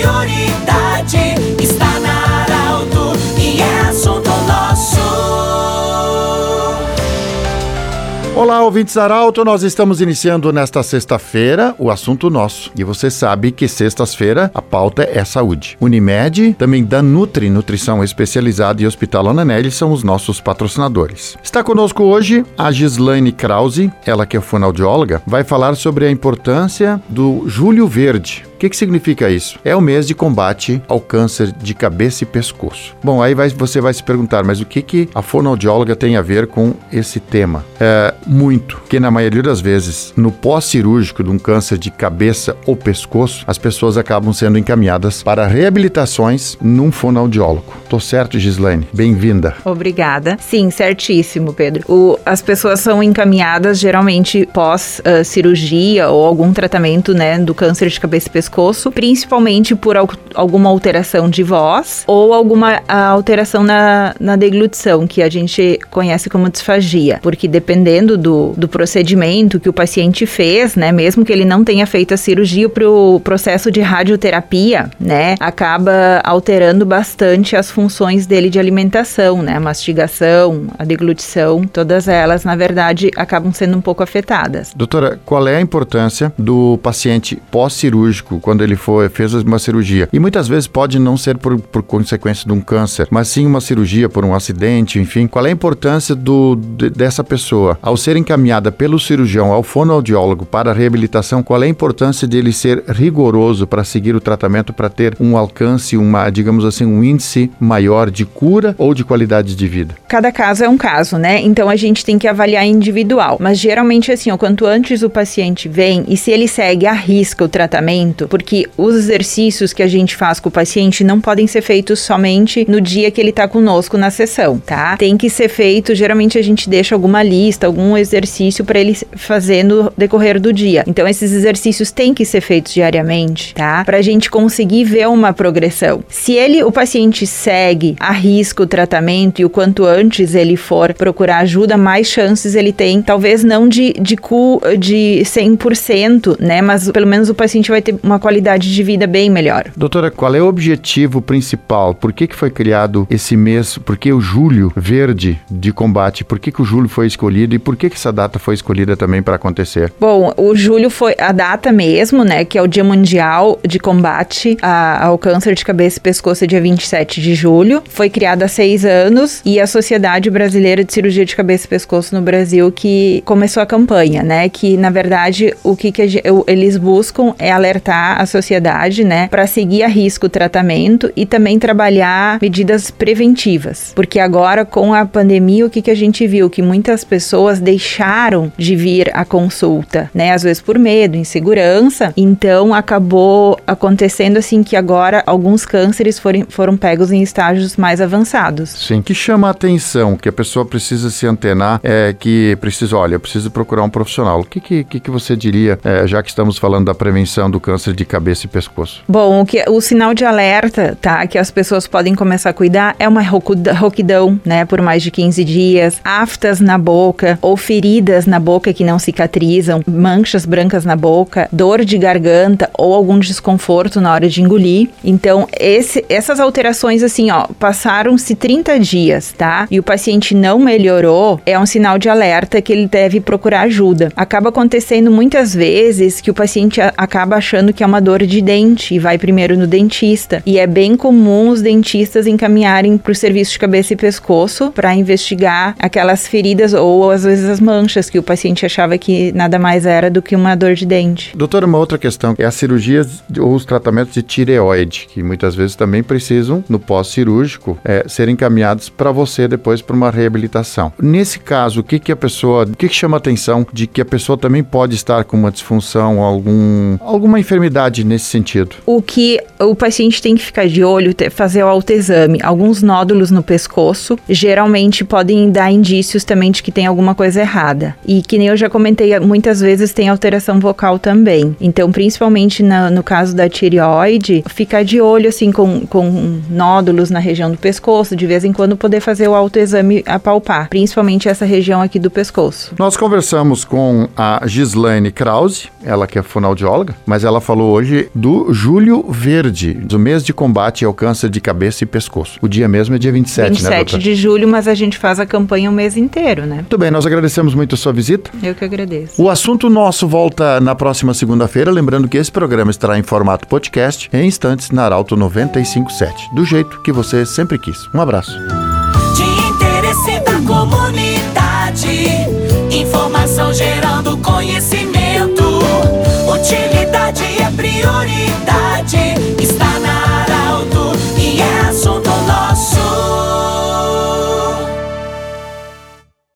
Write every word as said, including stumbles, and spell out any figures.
prioridade está na Arauto e é assunto nosso. Olá, ouvintes Arauto, nós estamos iniciando nesta sexta-feira o assunto nosso. E você sabe que sextas-feira a pauta é saúde. Unimed, também da Nutri, Nutrição Especializada e Hospital Ananelli são os nossos patrocinadores. Está conosco hoje a Gislaine Krause, ela que é fonoaudióloga, vai falar sobre a importância do Julho Verde. O que, que significa isso? É o mês de combate ao câncer de cabeça e pescoço. Bom, aí vai, você vai se perguntar, mas o que, que a fonoaudióloga tem a ver com esse tema? É, muito, porque na maioria das vezes, no pós-cirúrgico de um câncer de cabeça ou pescoço, as pessoas acabam sendo encaminhadas para reabilitações num fonoaudiólogo. Tô certo, Gislaine? Bem-vinda. Obrigada. Sim, certíssimo, Pedro. O, as pessoas são encaminhadas geralmente pós-cirurgia uh, ou algum tratamento, né, do câncer de cabeça e pescoço, principalmente por al- alguma alteração de voz ou alguma alteração na, na deglutição, que a gente conhece como disfagia, porque dependendo do, do procedimento que o paciente fez, né, mesmo que ele não tenha feito a cirurgia, pro processo de radioterapia, né, acaba alterando bastante as funções dele de alimentação, né, a mastigação, a deglutição, todas elas, na verdade, acabam sendo um pouco afetadas. Doutora, qual é a importância do paciente pós-cirúrgico quando ele for, fez uma cirurgia? E muitas vezes pode não ser por, por consequência de um câncer, mas sim uma cirurgia por um acidente, enfim. Qual é a importância do, de, dessa pessoa? Ao ser encaminhada pelo cirurgião ao fonoaudiólogo para a reabilitação, qual é a importância dele ser rigoroso para seguir o tratamento, para ter um alcance, uma, digamos assim, um índice maior de cura ou de qualidade de vida? Cada caso é um caso, né? Então a gente tem que avaliar individual. Mas geralmente assim, ó, quanto antes o paciente vem e se ele segue à risca o tratamento, porque os exercícios que a gente faz com o paciente não podem ser feitos somente no dia que ele tá conosco na sessão, tá? Tem que ser feito, geralmente a gente deixa alguma lista, algum exercício para ele fazer no decorrer do dia. Então esses exercícios têm que ser feitos diariamente, tá? Pra gente conseguir ver uma progressão. Se ele, o paciente segue, arrisca o tratamento e o quanto antes ele for procurar ajuda, mais chances ele tem, talvez não de, de, cu, de cem por cento, né? Mas pelo menos o paciente vai ter uma qualidade de vida bem melhor. Doutora, qual é o objetivo principal? Por que que foi criado esse mês? Por que o Julho Verde de combate? Por que que o julho foi escolhido e por que que essa data foi escolhida também para acontecer? Bom, o julho foi a data mesmo, né, que é o Dia Mundial de Combate a, ao Câncer de Cabeça e Pescoço, dia vinte e sete de julho. Foi criada há seis anos e a Sociedade Brasileira de Cirurgia de Cabeça e Pescoço no Brasil que começou a campanha, né, que na verdade o que, que a, eles buscam é alertar a sociedade, né, para seguir a risco o tratamento e também trabalhar medidas preventivas, porque agora com a pandemia o que, que a gente viu? Que muitas pessoas deixaram de vir à consulta, né, às vezes por medo, insegurança, então acabou acontecendo assim que agora alguns cânceres foram, foram pegos em estágios mais avançados. Sim, que chama a atenção, que a pessoa precisa se antenar, é que precisa, olha, eu preciso procurar um profissional. O que, que, que você diria, é, já que estamos falando da prevenção do câncer de cabeça e pescoço? Bom, o, que, o sinal de alerta, tá, que as pessoas podem começar a cuidar é uma rouquidão, né, por mais de quinze dias, aftas na boca ou feridas na boca que não cicatrizam, manchas brancas na boca, dor de garganta ou algum desconforto na hora de engolir. Então, esse, essas alterações, assim, ó, passaram-se trinta dias, tá? E o paciente não melhorou, é um sinal de alerta que ele deve procurar ajuda. Acaba acontecendo muitas vezes que o paciente a, acaba achando que é uma dor de dente e vai primeiro no dentista. E é bem comum os dentistas encaminharem para o serviço de cabeça e pescoço para investigar aquelas feridas ou às vezes as manchas que o paciente achava que nada mais era do que uma dor de dente. Doutora, uma outra questão é as cirurgias ou os tratamentos de tireoide, que muitas vezes também precisam, no pós-cirúrgico, é, serem encaminhados para você depois para uma reabilitação. Nesse caso, o que que a pessoa, o que que chama a atenção de que a pessoa também pode estar com uma disfunção, algum, alguma enfermidade nesse sentido? O que o paciente tem que ficar de olho, fazer o autoexame. Alguns nódulos no pescoço geralmente podem dar indícios também de que tem alguma coisa errada. E que nem eu já comentei, muitas vezes tem alteração vocal também. Então, principalmente na, no caso da tireoide, ficar de olho assim com, com nódulos nódulos na região do pescoço, de vez em quando poder fazer o autoexame apalpar, principalmente essa região aqui do pescoço. Nós conversamos com a Gislaine Krause, ela que é fonoaudióloga, mas ela falou hoje do Julho Verde, do mês de combate ao câncer de cabeça e pescoço. O dia mesmo é dia vinte e sete, vinte e sete, né, vinte e sete doutor? de julho, mas a gente faz a campanha o mês inteiro, né? Muito bem, nós agradecemos muito a sua visita. Eu que agradeço. O assunto nosso volta na próxima segunda-feira, lembrando que esse programa estará em formato podcast em instantes na Arauto noventa e cinco ponto sete, do jeito que você sempre quis. Um abraço. De interesse da comunidade, informação geral.